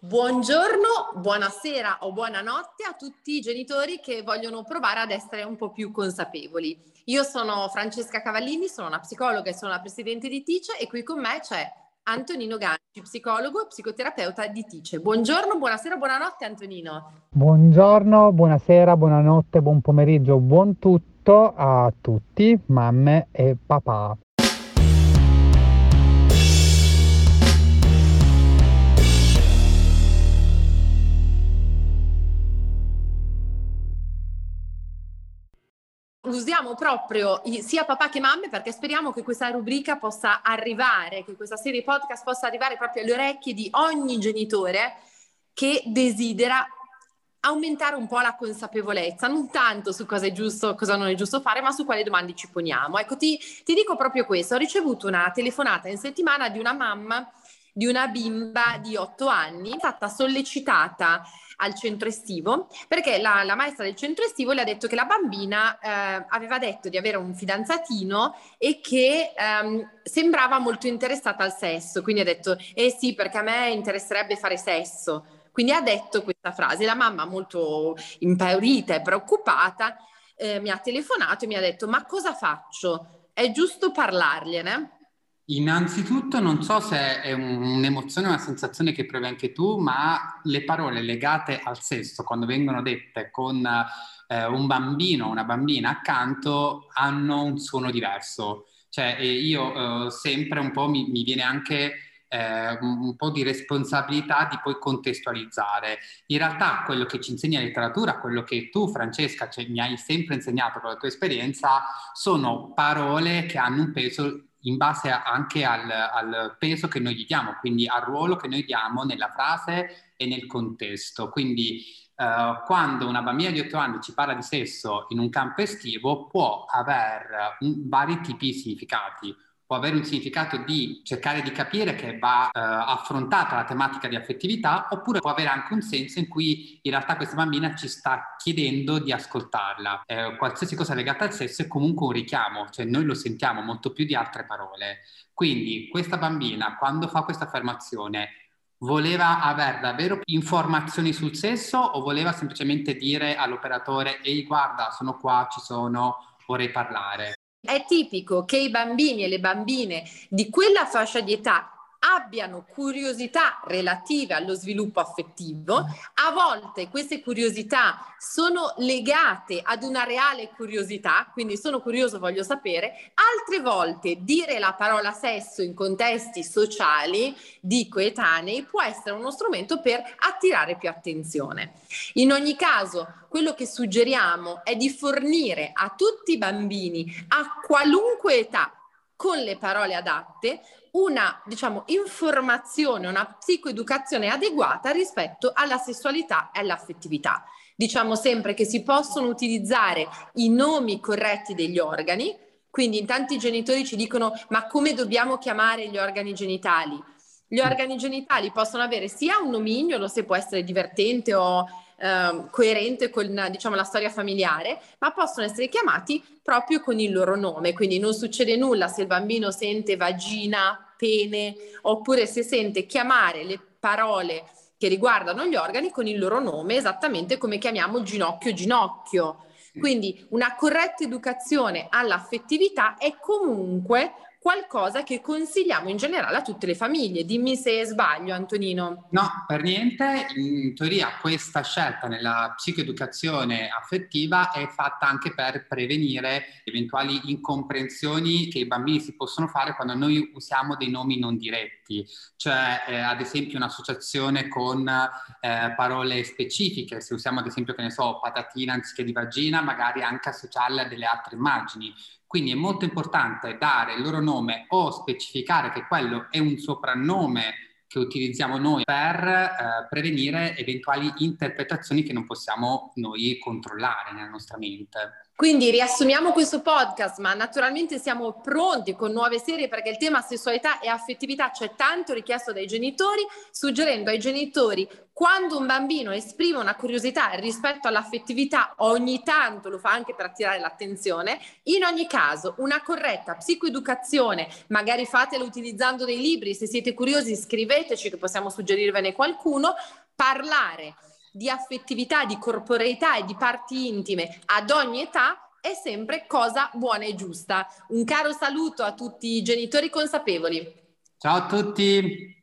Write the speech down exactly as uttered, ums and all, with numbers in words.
Buongiorno, buonasera o buonanotte a tutti i genitori che vogliono provare ad essere un po' più consapevoli. Io sono Francesca Cavallini, sono una psicologa e sono la presidente di Tice e qui con me c'è Antonino Ganci, psicologo e psicoterapeuta di Tice. Buongiorno, buonasera, buonanotte Antonino. Buongiorno, buonasera, buonanotte, buon pomeriggio, buon tutto a tutti, mamme e papà. Usiamo proprio sia papà che mamme perché speriamo che questa rubrica possa arrivare, che questa serie podcast possa arrivare proprio alle orecchie di ogni genitore che desidera aumentare un po' la consapevolezza, non tanto su cosa è giusto, cosa non è giusto fare, ma su quali domande ci poniamo. Ecco, ti, ti dico proprio questo. Ho ricevuto una telefonata in settimana di una mamma di una bimba di otto anni, è stata sollecitata al centro estivo perché la, la maestra del centro estivo le ha detto che la bambina eh, aveva detto di avere un fidanzatino e che ehm, sembrava molto interessata al sesso, quindi ha detto eh sì, perché a me interesserebbe fare sesso. Quindi ha detto questa frase. La mamma, molto impaurita e preoccupata, eh, mi ha telefonato e mi ha detto: ma cosa faccio? È giusto parlargliene? Innanzitutto non so se è un- un'emozione, una sensazione che provi anche tu, ma le parole legate al sesso, quando vengono dette con eh, un bambino o una bambina accanto, hanno un suono diverso. Cioè, eh, io eh, sempre un po' mi, mi viene anche eh, un, un po' di responsabilità di poi contestualizzare. In realtà quello che ci insegna la letteratura, quello che tu, Francesca, cioè, mi hai sempre insegnato con la tua esperienza, sono parole che hanno un peso in base anche al, al peso che noi gli diamo, quindi al ruolo che noi diamo nella frase e nel contesto. Quindi eh, quando una bambina di otto anni ci parla di sesso in un campo estivo, può avere un, vari tipi di significati. Può avere un significato di cercare di capire che va eh, affrontata la tematica di affettività, oppure può avere anche un senso in cui in realtà questa bambina ci sta chiedendo di ascoltarla. Eh, qualsiasi cosa legata al sesso è comunque un richiamo, cioè noi lo sentiamo molto più di altre parole. Quindi questa bambina, quando fa questa affermazione, voleva avere davvero informazioni sul sesso o voleva semplicemente dire all'operatore: ehi, guarda, sono qua, ci sono, vorrei parlare? È tipico che i bambini e le bambine di quella fascia di età abbiano curiosità relative allo sviluppo affettivo. A volte queste curiosità sono legate ad una reale curiosità, quindi sono curioso, voglio sapere. Altre volte dire la parola sesso in contesti sociali di coetanei può essere uno strumento per attirare più attenzione. In ogni caso, quello che suggeriamo è di fornire a tutti i bambini, a qualunque età, con le parole adatte, una, diciamo, informazione, una psicoeducazione adeguata rispetto alla sessualità e all'affettività. Diciamo sempre che si possono utilizzare i nomi corretti degli organi, quindi in tanti genitori ci dicono: ma come dobbiamo chiamare gli organi genitali? Gli organi genitali possono avere sia un nomignolo, se può essere divertente o eh, coerente con, diciamo, la storia familiare, ma possono essere chiamati proprio con il loro nome. Quindi non succede nulla se il bambino sente vagina, pene, oppure se sente chiamare le parole che riguardano gli organi con il loro nome, esattamente come chiamiamo ginocchio ginocchio. Quindi una corretta educazione all'affettività è comunque qualcosa che consigliamo in generale a tutte le famiglie. Dimmi se sbaglio, Antonino. No, per niente. In teoria questa scelta nella psicoeducazione affettiva è fatta anche per prevenire eventuali incomprensioni che i bambini si possono fare quando noi usiamo dei nomi non diretti, cioè eh, ad esempio un'associazione con eh, parole specifiche. Se usiamo ad esempio, che ne so, patatina anziché di vagina, magari anche associarle a delle altre immagini. Quindi è molto importante dare il loro nome o specificare che quello è un soprannome che utilizziamo noi per eh, prevenire eventuali interpretazioni che non possiamo noi controllare nella nostra mente. Quindi riassumiamo questo podcast, ma naturalmente siamo pronti con nuove serie perché il tema sessualità e affettività c'è tanto richiesto dai genitori, suggerendo ai genitori Quando un bambino esprime una curiosità rispetto all'affettività, ogni tanto lo fa anche per attirare l'attenzione. In ogni caso, una corretta psicoeducazione, magari fatela utilizzando dei libri, se siete curiosi scriveteci che possiamo suggerirvene qualcuno. Parlare di affettività, di corporeità e di parti intime ad ogni età è sempre cosa buona e giusta. Un caro saluto a tutti i genitori consapevoli. Ciao a tutti!